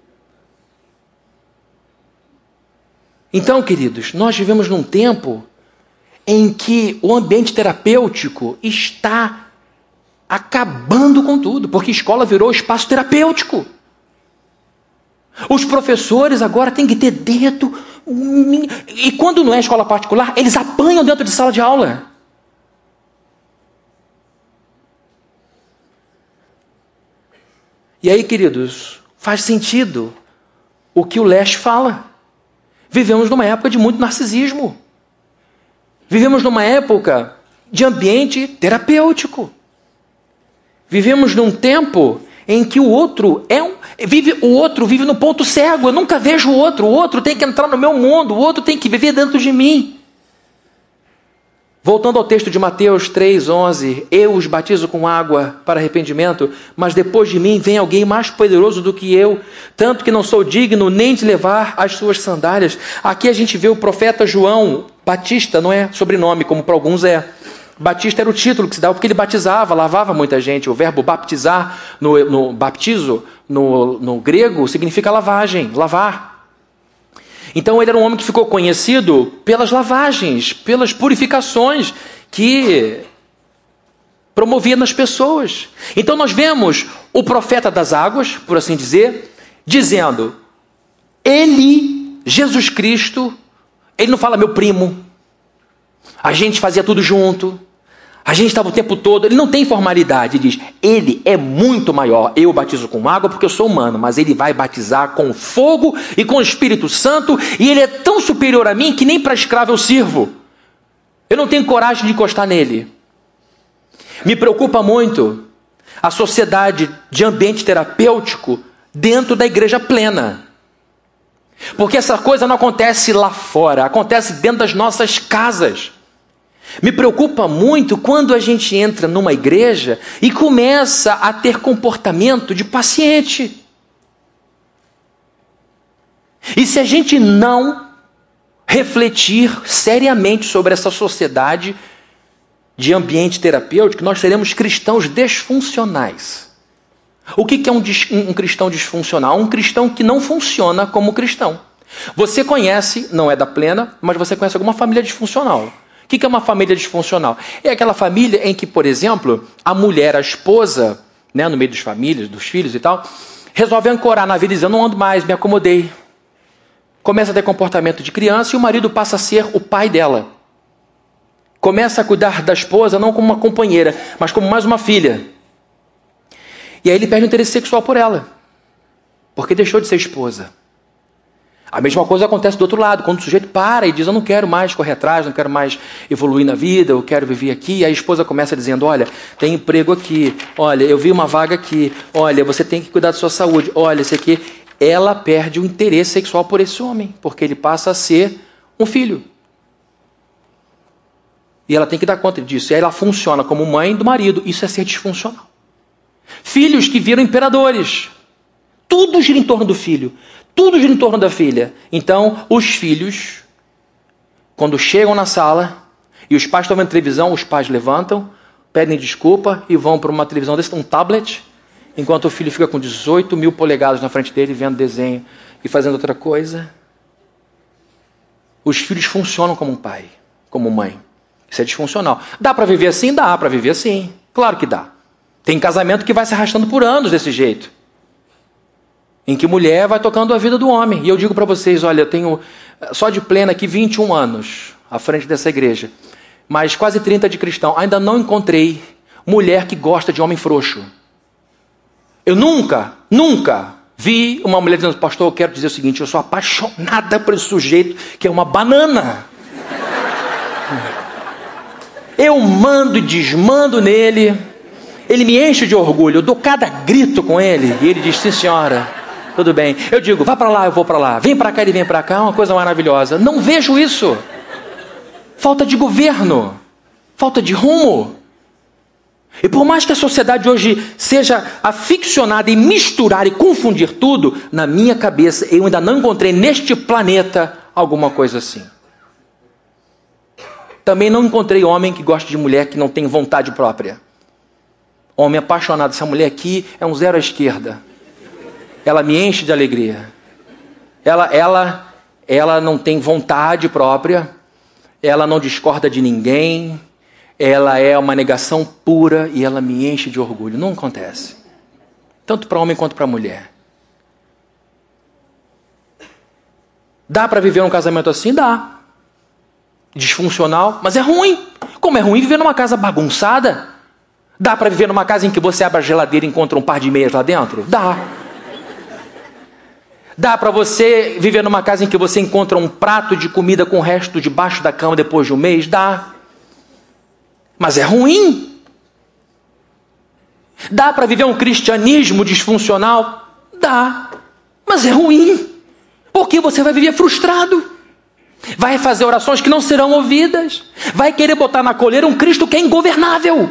Speaker 1: Então, queridos, nós vivemos num tempo em que o ambiente terapêutico está acabando com tudo, porque a escola virou espaço terapêutico. Os professores agora têm que ter dedo, e quando não é escola particular, eles apanham dentro de sala de aula. E aí, queridos, faz sentido o que o Lesch fala. Vivemos numa época de muito narcisismo. Vivemos numa época de ambiente terapêutico. Vivemos num tempo em que o outro é um, vive, o outro vive no ponto cego. Eu nunca vejo o outro. O outro tem que entrar no meu mundo. O outro tem que viver dentro de mim. Voltando ao texto de Mateus três, onze, eu os batizo com água para arrependimento, mas depois de mim vem alguém mais poderoso do que eu, tanto que não sou digno nem de levar as suas sandálias. Aqui a gente vê o profeta João Batista, não é sobrenome, como para alguns é. Batista era o título que se dava porque ele batizava, lavava muita gente. O verbo baptizar, no, no baptizo, no, no grego, significa lavagem, lavar. Então ele era um homem que ficou conhecido pelas lavagens, pelas purificações que promovia nas pessoas. Então nós vemos o profeta das águas, por assim dizer, dizendo, ele, Jesus Cristo, ele não fala meu primo, a gente fazia tudo junto, a gente estava o tempo todo, ele não tem formalidade, ele diz, ele é muito maior, eu batizo com água porque eu sou humano, mas ele vai batizar com fogo e com o Espírito Santo, e ele é tão superior a mim que nem para escravo eu sirvo, eu não tenho coragem de encostar nele. Me preocupa muito a sociedade de ambiente terapêutico dentro da igreja plena, porque essa coisa não acontece lá fora, acontece dentro das nossas casas. Me preocupa muito quando a gente entra numa igreja e começa a ter comportamento de paciente. E se a gente não refletir seriamente sobre essa sociedade de ambiente terapêutico, nós seremos cristãos disfuncionais. O que é um, um cristão disfuncional? Um cristão que não funciona como cristão. Você conhece, não é da plena, mas você conhece alguma família disfuncional. O que é uma família disfuncional? É aquela família em que, por exemplo, a mulher, a esposa, né, no meio dos famílias, dos filhos e tal, resolve ancorar na vida e dizer, eu não ando mais, me acomodei. Começa a ter comportamento de criança e o marido passa a ser o pai dela. Começa a cuidar da esposa não como uma companheira, mas como mais uma filha. E aí ele perde o interesse sexual por ela, porque deixou de ser esposa. A mesma coisa acontece do outro lado, quando o sujeito para e diz, eu não quero mais correr atrás, não quero mais evoluir na vida, eu quero viver aqui. E a esposa começa dizendo, olha, tem emprego aqui, olha, eu vi uma vaga aqui, olha, você tem que cuidar da sua saúde, olha, esse aqui. Ela perde o interesse sexual por esse homem, porque ele passa a ser um filho. E ela tem que dar conta disso. E aí ela funciona como mãe do marido. Isso é ser disfuncional. Filhos que viram imperadores. Tudo gira em torno do filho. Tudo gira em torno da filha. Então, os filhos, quando chegam na sala e os pais estão vendo televisão, os pais levantam, pedem desculpa e vão para uma televisão desse, um tablet, enquanto o filho fica com dezoito mil polegadas na frente dele, vendo desenho e fazendo outra coisa. Os filhos funcionam como um pai, como mãe. Isso é disfuncional. Dá para viver assim? Dá para viver assim. Claro que dá. Tem casamento que vai se arrastando por anos desse jeito, em que mulher vai tocando a vida do homem. E eu digo para vocês, olha, eu tenho só de plena aqui vinte e um anos à frente dessa igreja, mas quase trinta de cristão. Ainda não encontrei mulher que gosta de homem frouxo. Eu nunca, nunca vi uma mulher dizendo, pastor, eu quero dizer o seguinte, eu sou apaixonada por esse sujeito que é uma banana. Eu mando e desmando nele, ele me enche de orgulho, eu dou cada grito com ele, e ele diz, sim senhora, tudo bem. Eu digo, vá para lá, eu vou para lá, vem para cá, ele vem para cá, é uma coisa maravilhosa. Não vejo isso. Falta de governo, falta de rumo. E por mais que a sociedade hoje seja aficionada em misturar e confundir tudo, na minha cabeça eu ainda não encontrei neste planeta alguma coisa assim. Também não encontrei homem que gosta de mulher que não tem vontade própria. Homem apaixonado, essa mulher aqui é um zero à esquerda. Ela me enche de alegria. Ela, ela, ela não tem vontade própria, ela não discorda de ninguém, ela é uma negação pura e ela me enche de orgulho. Não acontece. Tanto para homem quanto para mulher. Dá para viver um casamento assim? Dá. Disfuncional, mas é ruim. Como é ruim viver numa casa bagunçada? Dá para viver numa casa em que você abre a geladeira e encontra um par de meias lá dentro? Dá. Dá para você viver numa casa em que você encontra um prato de comida com o resto debaixo da cama depois de um mês? Dá. Mas é ruim. Dá para viver um cristianismo disfuncional? Dá. Mas é ruim. Porque você vai viver frustrado. Vai fazer orações que não serão ouvidas. Vai querer botar na coleira um Cristo que é ingovernável.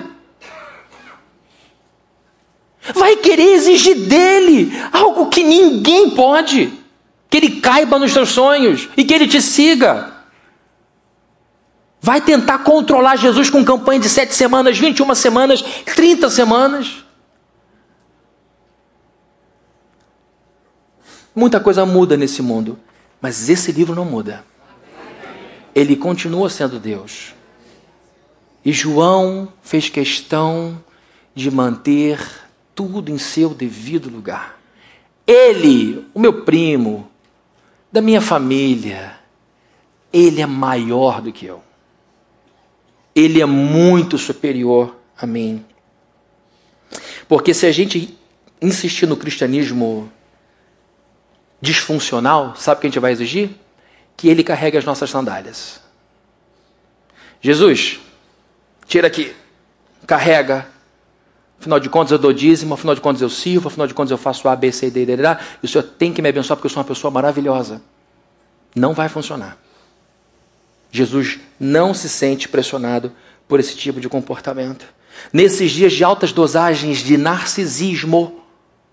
Speaker 1: Vai querer exigir dele algo que ninguém pode. Que ele caiba nos seus sonhos e que ele te siga. Vai tentar controlar Jesus com campanha de sete semanas, vinte e uma semanas, trinta semanas. Muita coisa muda nesse mundo. Mas esse livro não muda. Ele continua sendo Deus. E João fez questão de manter tudo em seu devido lugar. Ele, o meu primo, da minha família, ele é maior do que eu. Ele é muito superior a mim. Porque se a gente insistir no cristianismo disfuncional, sabe o que a gente vai exigir? Que ele carregue as nossas sandálias. Jesus, tira aqui, carrega. Afinal de contas eu dou dízimo, afinal de contas eu sirvo, afinal de contas eu faço A, B, C, D, D, D, D, e o Senhor tem que me abençoar porque eu sou uma pessoa maravilhosa. Não vai funcionar. Jesus não se sente pressionado por esse tipo de comportamento. Nesses dias de altas dosagens de narcisismo,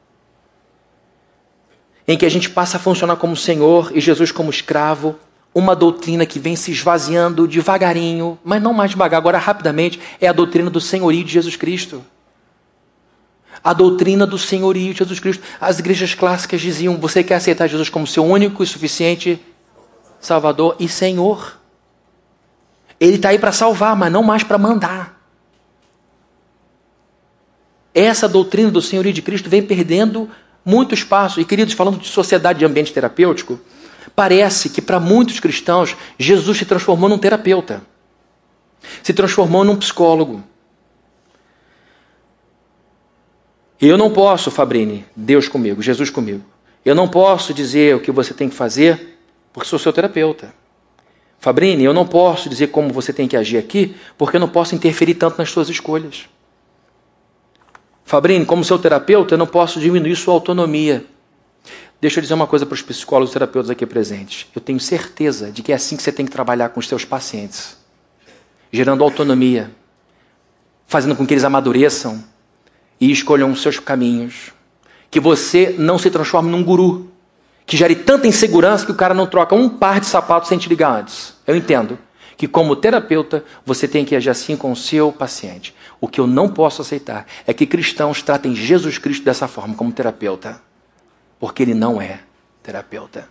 Speaker 1: em que a gente passa a funcionar como Senhor e Jesus como escravo, uma doutrina que vem se esvaziando devagarinho, mas não mais devagar, agora rapidamente, é a doutrina do senhorio de Jesus Cristo. A doutrina do senhorio de Jesus Cristo. As igrejas clássicas diziam, você quer aceitar Jesus como seu único e suficiente Salvador e Senhor. Ele está aí para salvar, mas não mais para mandar. Essa doutrina do senhorio de Cristo vem perdendo muito espaço. E, queridos, falando de sociedade de ambiente terapêutico, parece que para muitos cristãos, Jesus se transformou num terapeuta. Se transformou num psicólogo. Eu não posso, Fabrini, Deus comigo, Jesus comigo. Eu não posso dizer o que você tem que fazer, porque sou seu terapeuta. Fabrini, eu não posso dizer como você tem que agir aqui, porque eu não posso interferir tanto nas suas escolhas. Fabrini, como seu terapeuta, eu não posso diminuir sua autonomia. Deixa eu dizer uma coisa para os psicólogos e terapeutas aqui presentes. Eu tenho certeza de que é assim que você tem que trabalhar com os seus pacientes. Gerando autonomia, fazendo com que eles amadureçam e escolham os seus caminhos. Que você não se transforme num guru, que gere tanta insegurança que o cara não troca um par de sapatos sem te ligar antes. Eu entendo que como terapeuta você tem que agir assim com o seu paciente. O que eu não posso aceitar é que cristãos tratem Jesus Cristo dessa forma, como terapeuta. Porque ele não é terapeuta.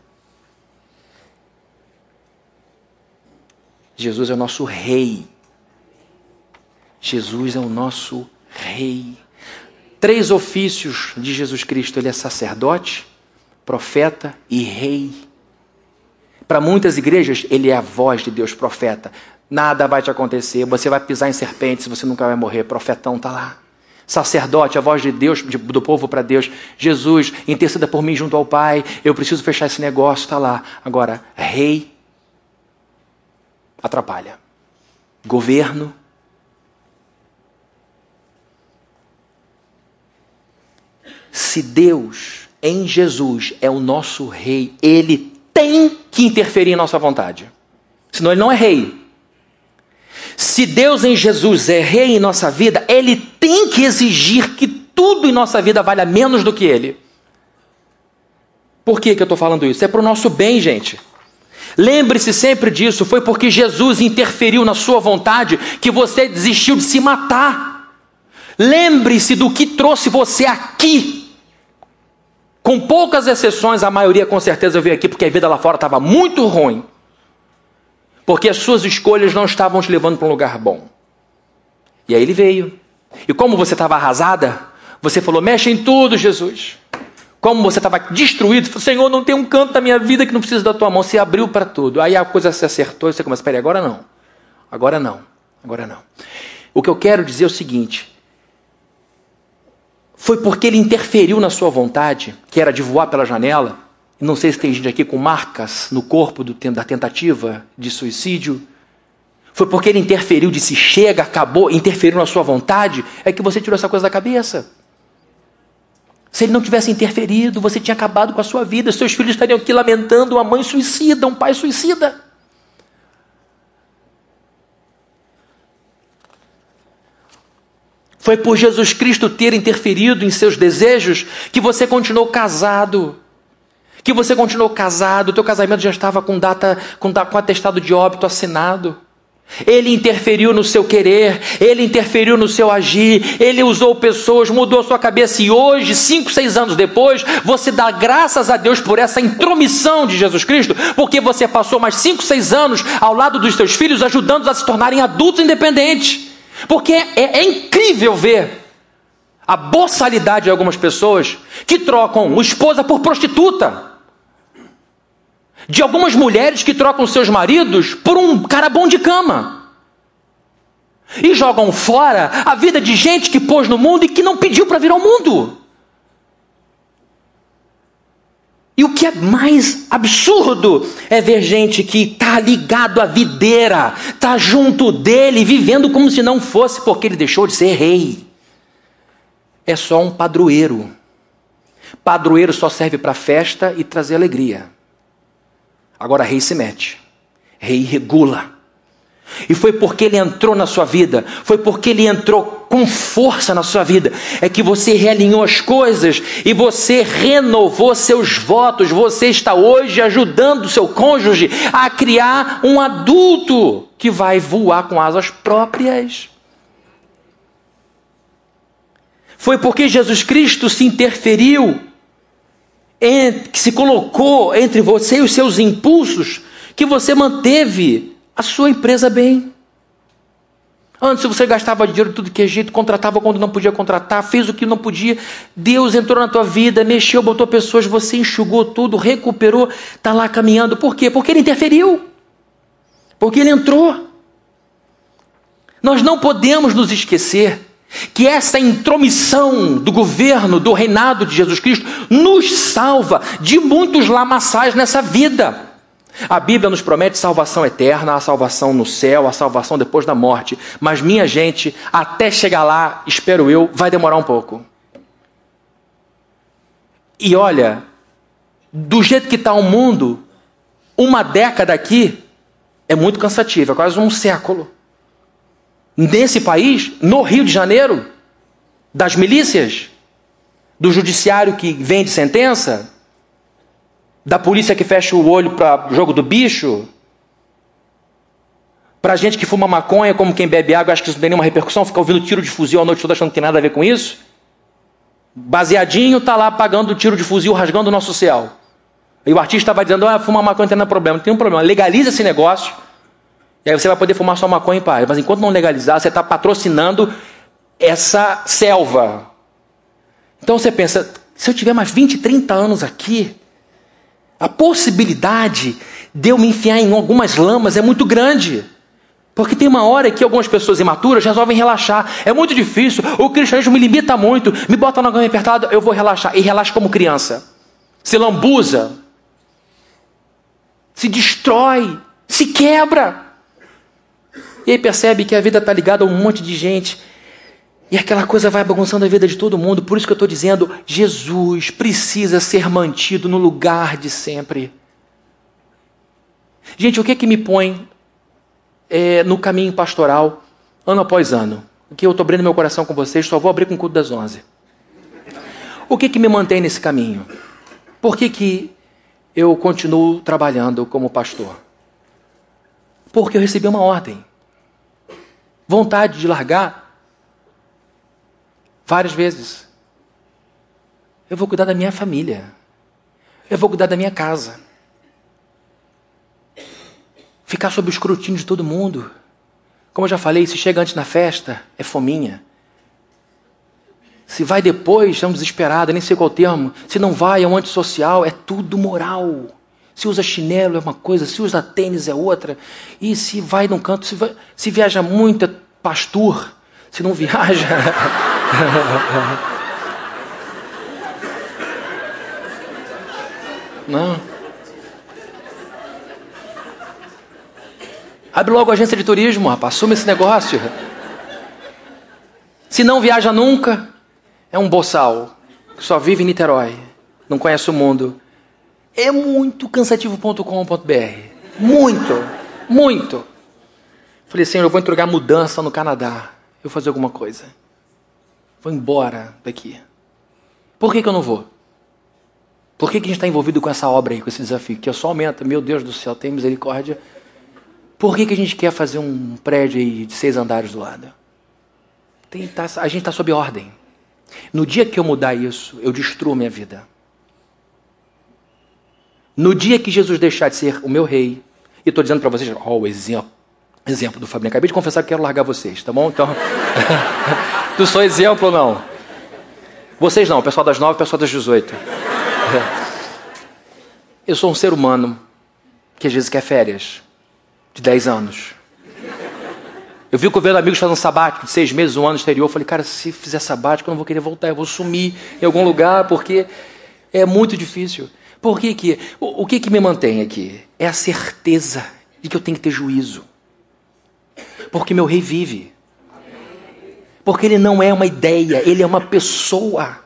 Speaker 1: Jesus é o nosso rei. Jesus é o nosso rei. Três ofícios de Jesus Cristo. Ele é sacerdote, profeta e rei. Para muitas igrejas, ele é a voz de Deus, profeta. Nada vai te acontecer, você vai pisar em serpentes, você nunca vai morrer. Profetão está lá. Sacerdote, a voz de Deus, do povo para Deus. Jesus, interceda por mim junto ao Pai. Eu preciso fechar esse negócio, está lá. Agora, rei, atrapalha. Governo. Se Deus, em Jesus, é o nosso rei, ele tem que interferir em nossa vontade. Senão ele não é rei. Se Deus em Jesus é rei em nossa vida, ele tem que exigir que tudo em nossa vida valha menos do que ele. Por que que eu estou falando isso? É para o nosso bem, gente. Lembre-se sempre disso. Foi porque Jesus interferiu na sua vontade que você desistiu de se matar. Lembre-se do que trouxe você aqui. Com poucas exceções, a maioria com certeza veio aqui porque a vida lá fora estava muito ruim. Porque as suas escolhas não estavam te levando para um lugar bom. E aí ele veio. E como você estava arrasada, você falou, mexe em tudo, Jesus. Como você estava destruído, falou, Senhor, não tem um canto da minha vida que não precisa da tua mão. Você abriu para tudo. Aí a coisa se acertou e você começa, espera, agora não. Agora não. Agora não. O que eu quero dizer é o seguinte. Foi porque ele interferiu na sua vontade, que era de voar pela janela. Não sei se tem gente aqui com marcas no corpo do, da tentativa de suicídio. Foi porque ele interferiu, disse chega, acabou, interferiu na sua vontade, é que você tirou essa coisa da cabeça. Se ele não tivesse interferido, você tinha acabado com a sua vida. Seus filhos estariam aqui lamentando uma mãe suicida, um pai suicida. Foi por Jesus Cristo ter interferido em seus desejos que você continuou casado. Que você continuou casado, o teu casamento já estava com data, com, com atestado de óbito assinado. Ele interferiu no seu querer, ele interferiu no seu agir, ele usou pessoas, mudou a sua cabeça, e hoje, cinco, seis anos depois, você dá graças a Deus por essa intromissão de Jesus Cristo, porque você passou mais cinco, seis anos ao lado dos seus filhos, ajudando-os a se tornarem adultos independentes. Porque é, é incrível ver a boçalidade de algumas pessoas que trocam esposa por prostituta, de algumas mulheres que trocam seus maridos por um cara bom de cama, e jogam fora a vida de gente que pôs no mundo e que não pediu para vir ao mundo. E o que é mais absurdo é ver gente que está ligado à videira, está junto dele, vivendo como se não fosse, porque ele deixou de ser rei. É só um padroeiro. Padroeiro só serve para festa e trazer alegria. Agora rei se mete, rei regula. E foi porque ele entrou na sua vida, foi porque ele entrou com força na sua vida, é que você realinhou as coisas e você renovou seus votos. Você está hoje ajudando o seu cônjuge a criar um adulto que vai voar com asas próprias. Foi porque Jesus Cristo se interferiu, que se colocou entre você e os seus impulsos, que você manteve a sua empresa bem. Antes você gastava dinheiro de tudo que é jeito, contratava quando não podia contratar, fez o que não podia. Deus entrou na tua vida, mexeu, botou pessoas, você enxugou tudo, recuperou, está lá caminhando. Por quê? Porque ele interferiu. Porque ele entrou. Nós não podemos nos esquecer que essa intromissão do governo, do reinado de Jesus Cristo, nos salva de muitos lamaçais nessa vida. A Bíblia nos promete salvação eterna, a salvação no céu, a salvação depois da morte. Mas, minha gente, até chegar lá, espero eu, vai demorar um pouco. E olha, do jeito que está o mundo, uma década aqui é muito cansativo, é quase um século. Nesse país, no Rio de Janeiro, das milícias, do judiciário que vende sentença, da polícia que fecha o olho para o jogo do bicho, para gente que fuma maconha como quem bebe água, acho que isso não tem nenhuma repercussão, fica ouvindo tiro de fuzil a noite toda achando que tem nada a ver com isso. Baseadinho está lá pagando tiro de fuzil, rasgando o nosso céu. E o artista vai dizendo, ah, fumar maconha não tem problema. Não tem um problema, legaliza esse negócio, e aí você vai poder fumar sua maconha em paz. Mas enquanto não legalizar, você está patrocinando essa selva. Então você pensa, se eu tiver mais vinte, trinta anos aqui, a possibilidade de eu me enfiar em algumas lamas é muito grande. Porque tem uma hora que algumas pessoas imaturas resolvem relaxar. É muito difícil, o cristianismo me limita muito, me bota na gama apertada, eu vou relaxar. E relaxa como criança. Se lambuza, se destrói, se quebra. E aí percebe que a vida está ligada a um monte de gente. E aquela coisa vai bagunçando a vida de todo mundo. Por isso que eu estou dizendo, Jesus precisa ser mantido no lugar de sempre. Gente, o que é que me põe é, no caminho pastoral, ano após ano? O que eu estou abrindo meu coração com vocês, só vou abrir com o culto das onze. O que é que me mantém nesse caminho? Por que que eu continuo trabalhando como pastor? Porque eu recebi uma ordem. Vontade de largar várias vezes. Eu vou cuidar da minha família. Eu vou cuidar da minha casa. Ficar sob o escrutínio de todo mundo. Como eu já falei, se chega antes na festa, é fominha. Se vai depois, é um desesperado, nem sei qual termo. Se não vai, é um antissocial, é tudo moral. Se usa chinelo é uma coisa, se usa tênis é outra. E se vai num canto, se, vai, se viaja muito é pastor. Se não viaja... Não. Abre logo a agência de turismo, rapaz. Assume esse negócio. Se não viaja nunca, é um boçal. Que só vive em Niterói. Não conhece o mundo. É muito cansativo ponto com ponto b r. Muito. Muito. Falei, Senhor, eu vou entregar mudança no Canadá. Eu vou fazer alguma coisa. Vou embora daqui. Por que que eu não vou? Por que que a gente está envolvido com essa obra aí, com esse desafio? Que só aumenta. Meu Deus do céu, tem misericórdia. Por que, que a gente quer fazer um prédio aí de seis andares do lado? Tem, tá, a gente está sob ordem. No dia que eu mudar isso, eu destruo minha vida. No dia que Jesus deixar de ser o meu rei, e estou dizendo para vocês, ó, oh, o exemplo, exemplo do Fabinho, acabei de confessar que quero largar vocês, tá bom? Então, não sou exemplo, não. Vocês não, o pessoal das nove, o pessoal das dezoito. Eu sou um ser humano que às vezes quer férias de dez anos. Eu vi que eu vendo amigos fazendo sabático de seis meses, um ano no exterior. Eu falei, cara, se fizer sabático eu não vou querer voltar, eu vou sumir em algum lugar, porque é muito difícil. Por que que, o, o que que me mantém aqui? É a certeza de que eu tenho que ter juízo. Porque meu rei vive. Porque ele não é uma ideia, ele é uma pessoa.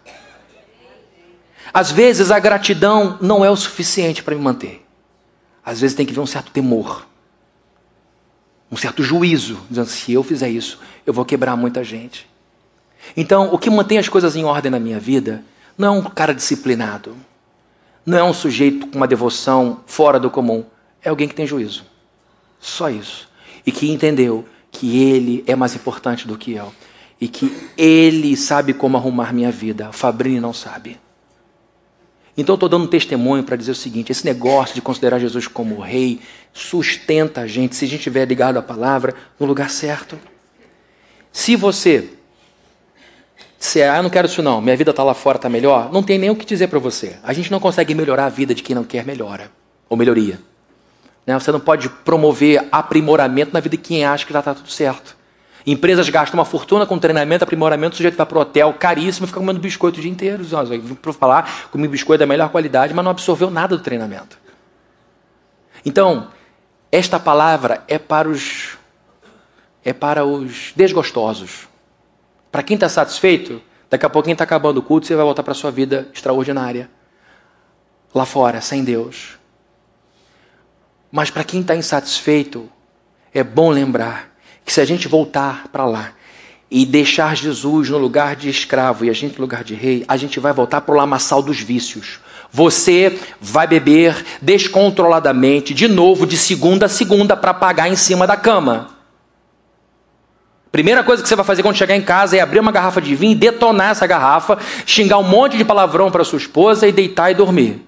Speaker 1: Às vezes a gratidão não é o suficiente para me manter. Às vezes tem que ver um certo temor. Um certo juízo, dizendo, se eu fizer isso, eu vou quebrar muita gente. Então, o que mantém as coisas em ordem na minha vida não é um cara disciplinado, não é um sujeito com uma devoção fora do comum, é alguém que tem juízo. Só isso. E que entendeu que ele é mais importante do que eu. E que ele sabe como arrumar minha vida. O Fabrini não sabe. Então eu estou dando um testemunho para dizer o seguinte, esse negócio de considerar Jesus como rei sustenta a gente, se a gente estiver ligado à palavra, no lugar certo. Se você disser, ah, eu não quero isso não, minha vida está lá fora, está melhor, não tem nem o que dizer para você. A gente não consegue melhorar a vida de quem não quer melhora, ou melhoria. Né? Você não pode promover aprimoramento na vida de quem acha que já está tudo certo. Empresas gastam uma fortuna com treinamento, aprimoramento, o sujeito vai para o hotel caríssimo e fica comendo biscoito o dia inteiro. Para falar, comi biscoito da melhor qualidade, mas não absorveu nada do treinamento. Então, esta palavra é para os, é para os desgostosos. Para quem está satisfeito, daqui a pouquinho está acabando o culto, você vai voltar para a sua vida extraordinária. Lá fora, sem Deus. Mas para quem está insatisfeito, é bom lembrar que se a gente voltar para lá e deixar Jesus no lugar de escravo e a gente no lugar de rei, a gente vai voltar para o lamaçal dos vícios. Você vai beber descontroladamente, de novo, de segunda a segunda, para pagar em cima da cama. Primeira coisa que você vai fazer quando chegar em casa é abrir uma garrafa de vinho, detonar essa garrafa, xingar um monte de palavrão para sua esposa e deitar e dormir.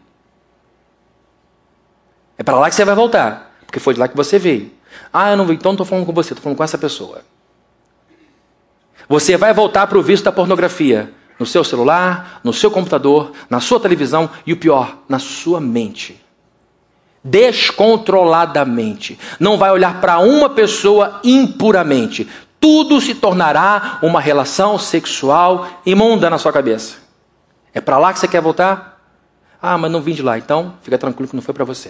Speaker 1: É para lá que você vai voltar, porque foi de lá que você veio. Ah, eu não então não estou falando com você, estou falando com essa pessoa. Você vai voltar para o vício da pornografia. No seu celular, no seu computador, na sua televisão e o pior, na sua mente. Descontroladamente. Não vai olhar para uma pessoa impuramente. Tudo se tornará uma relação sexual imunda na sua cabeça. É para lá que você quer voltar? Ah, mas não vim de lá. Então, fica tranquilo que não foi para você.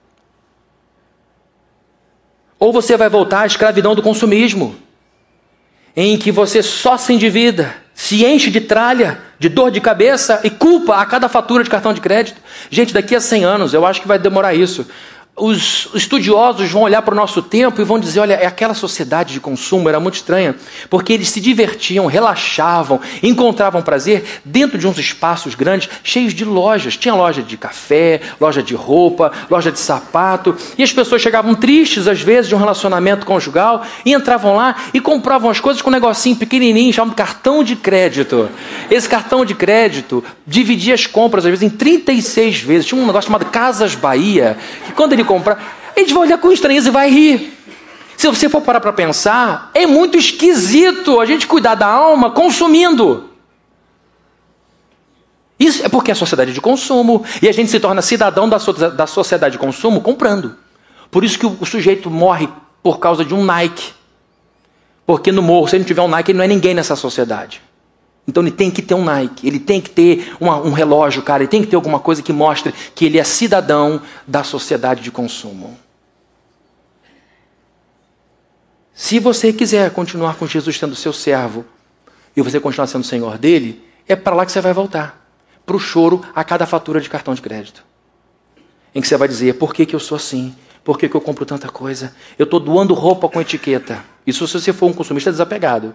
Speaker 1: Ou você vai voltar à escravidão do consumismo, em que você só se endivida, se enche de tralha, de dor de cabeça e culpa a cada fatura de cartão de crédito. Gente, daqui a cem anos, eu acho que vai demorar isso. Os estudiosos vão olhar para o nosso tempo e vão dizer, olha, aquela sociedade de consumo era muito estranha, porque eles se divertiam, relaxavam, encontravam prazer dentro de uns espaços grandes, cheios de lojas. Tinha loja de café, loja de roupa, loja de sapato, e as pessoas chegavam tristes, às vezes, de um relacionamento conjugal, e entravam lá e compravam as coisas com um negocinho pequenininho, chamado cartão de crédito. Esse cartão de crédito dividia as compras, às vezes, em trinta e seis vezes. Tinha um negócio chamado Casas Bahia, que quando ele comprar, a gente vai olhar com estranheza e vai rir. Se você for parar para pensar, é muito esquisito a gente cuidar da alma consumindo. Isso é porque é a sociedade de consumo, e a gente se torna cidadão da, so da sociedade de consumo comprando. Por isso que o, o sujeito morre por causa de um Nike. Porque no morro, se ele não tiver um Nike, ele não é ninguém nessa sociedade. Então ele tem que ter um Nike, ele tem que ter uma, um relógio, cara, ele tem que ter alguma coisa que mostre que ele é cidadão da sociedade de consumo. Se você quiser continuar com Jesus sendo seu servo, e você continuar sendo senhor dele, é para lá que você vai voltar. Para o choro a cada fatura de cartão de crédito. Em que você vai dizer, por que que eu sou assim? Por que que eu compro tanta coisa? Eu estou doando roupa com etiqueta. Isso se você for um consumista desapegado.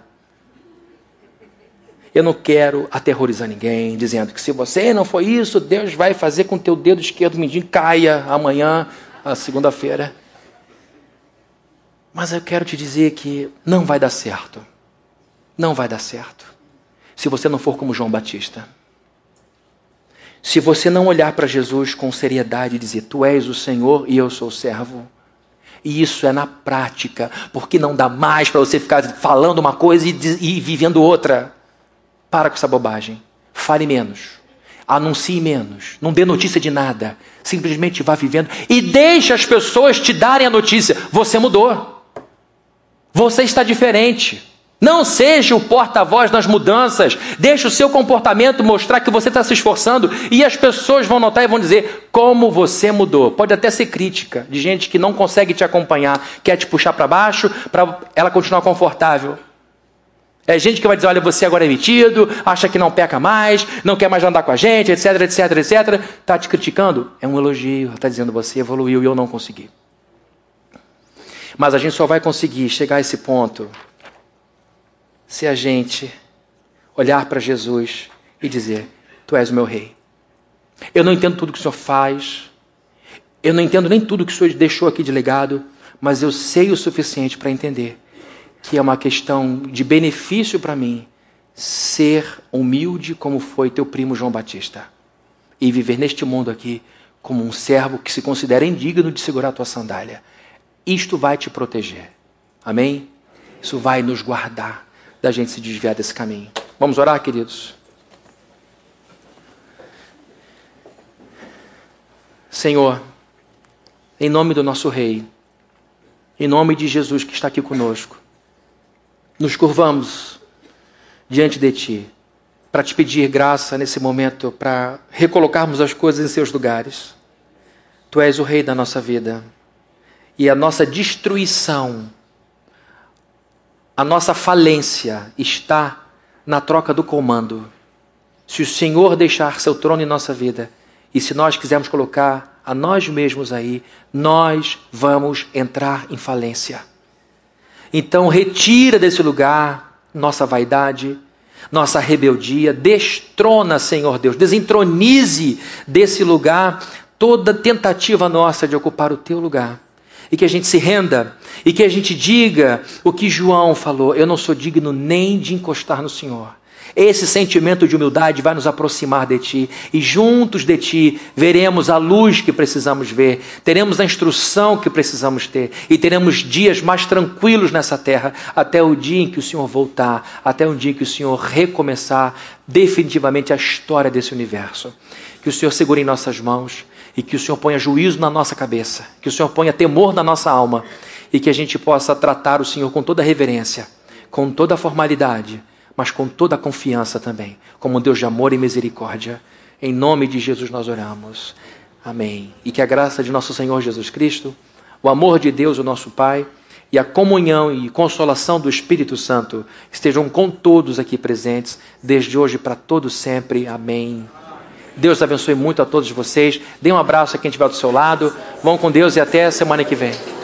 Speaker 1: Eu não quero aterrorizar ninguém, dizendo que se você não for isso, Deus vai fazer com que o teu dedo esquerdo mindinho caia amanhã, a segunda-feira. Mas eu quero te dizer que não vai dar certo. Não vai dar certo. Se você não for como João Batista. Se você não olhar para Jesus com seriedade e dizer, tu és o Senhor e eu sou o servo. E isso é na prática, porque não dá mais para você ficar falando uma coisa e, e vivendo outra. Para com essa bobagem. Fale menos. Anuncie menos. Não dê notícia de nada. Simplesmente vá vivendo e deixe as pessoas te darem a notícia. Você mudou. Você está diferente. Não seja o porta-voz das mudanças. Deixe o seu comportamento mostrar que você está se esforçando e as pessoas vão notar e vão dizer como você mudou. Pode até ser crítica de gente que não consegue te acompanhar, quer te puxar para baixo para ela continuar confortável. É gente que vai dizer, olha, você agora é metido, acha que não peca mais, não quer mais andar com a gente, etc, etc, etc. Está te criticando? É um elogio, está dizendo você evoluiu e eu não consegui. Mas a gente só vai conseguir chegar a esse ponto se a gente olhar para Jesus e dizer, tu és o meu rei. Eu não entendo tudo que o Senhor faz, eu não entendo nem tudo que o Senhor deixou aqui de legado, mas eu sei o suficiente para entender que é uma questão de benefício para mim ser humilde como foi teu primo João Batista e viver neste mundo aqui como um servo que se considera indigno de segurar a tua sandália. Isto vai te proteger. Amém? Isso vai nos guardar da gente se desviar desse caminho. Vamos orar, queridos? Senhor, em nome do nosso Rei, em nome de Jesus que está aqui conosco, nos curvamos diante de Ti para Te pedir graça nesse momento, para recolocarmos as coisas em seus lugares. Tu és o Rei da nossa vida e a nossa destruição, a nossa falência está na troca do comando. Se o Senhor deixar seu trono em nossa vida, e se nós quisermos colocar a nós mesmos aí, nós vamos entrar em falência. Então retira desse lugar nossa vaidade, nossa rebeldia, destrona, Senhor Deus, desentronize desse lugar toda tentativa nossa de ocupar o teu lugar. E que a gente se renda, e que a gente diga o que João falou, eu não sou digno nem de encostar no Senhor. Esse sentimento de humildade vai nos aproximar de Ti, e juntos de Ti veremos a luz que precisamos ver, teremos a instrução que precisamos ter, e teremos dias mais tranquilos nessa terra, até o dia em que o Senhor voltar, até o dia em que o Senhor recomeçar definitivamente a história desse universo. Que o Senhor segure em nossas mãos, e que o Senhor ponha juízo na nossa cabeça, que o Senhor ponha temor na nossa alma, e que a gente possa tratar o Senhor com toda reverência, com toda formalidade, mas com toda a confiança também, como um Deus de amor e misericórdia. Em nome de Jesus nós oramos. Amém. E que a graça de nosso Senhor Jesus Cristo, o amor de Deus, o nosso Pai, e a comunhão e consolação do Espírito Santo estejam com todos aqui presentes, desde hoje para todo sempre. Amém. Deus abençoe muito a todos vocês. Dê um abraço a quem estiver do seu lado. Vão com Deus e até a semana que vem.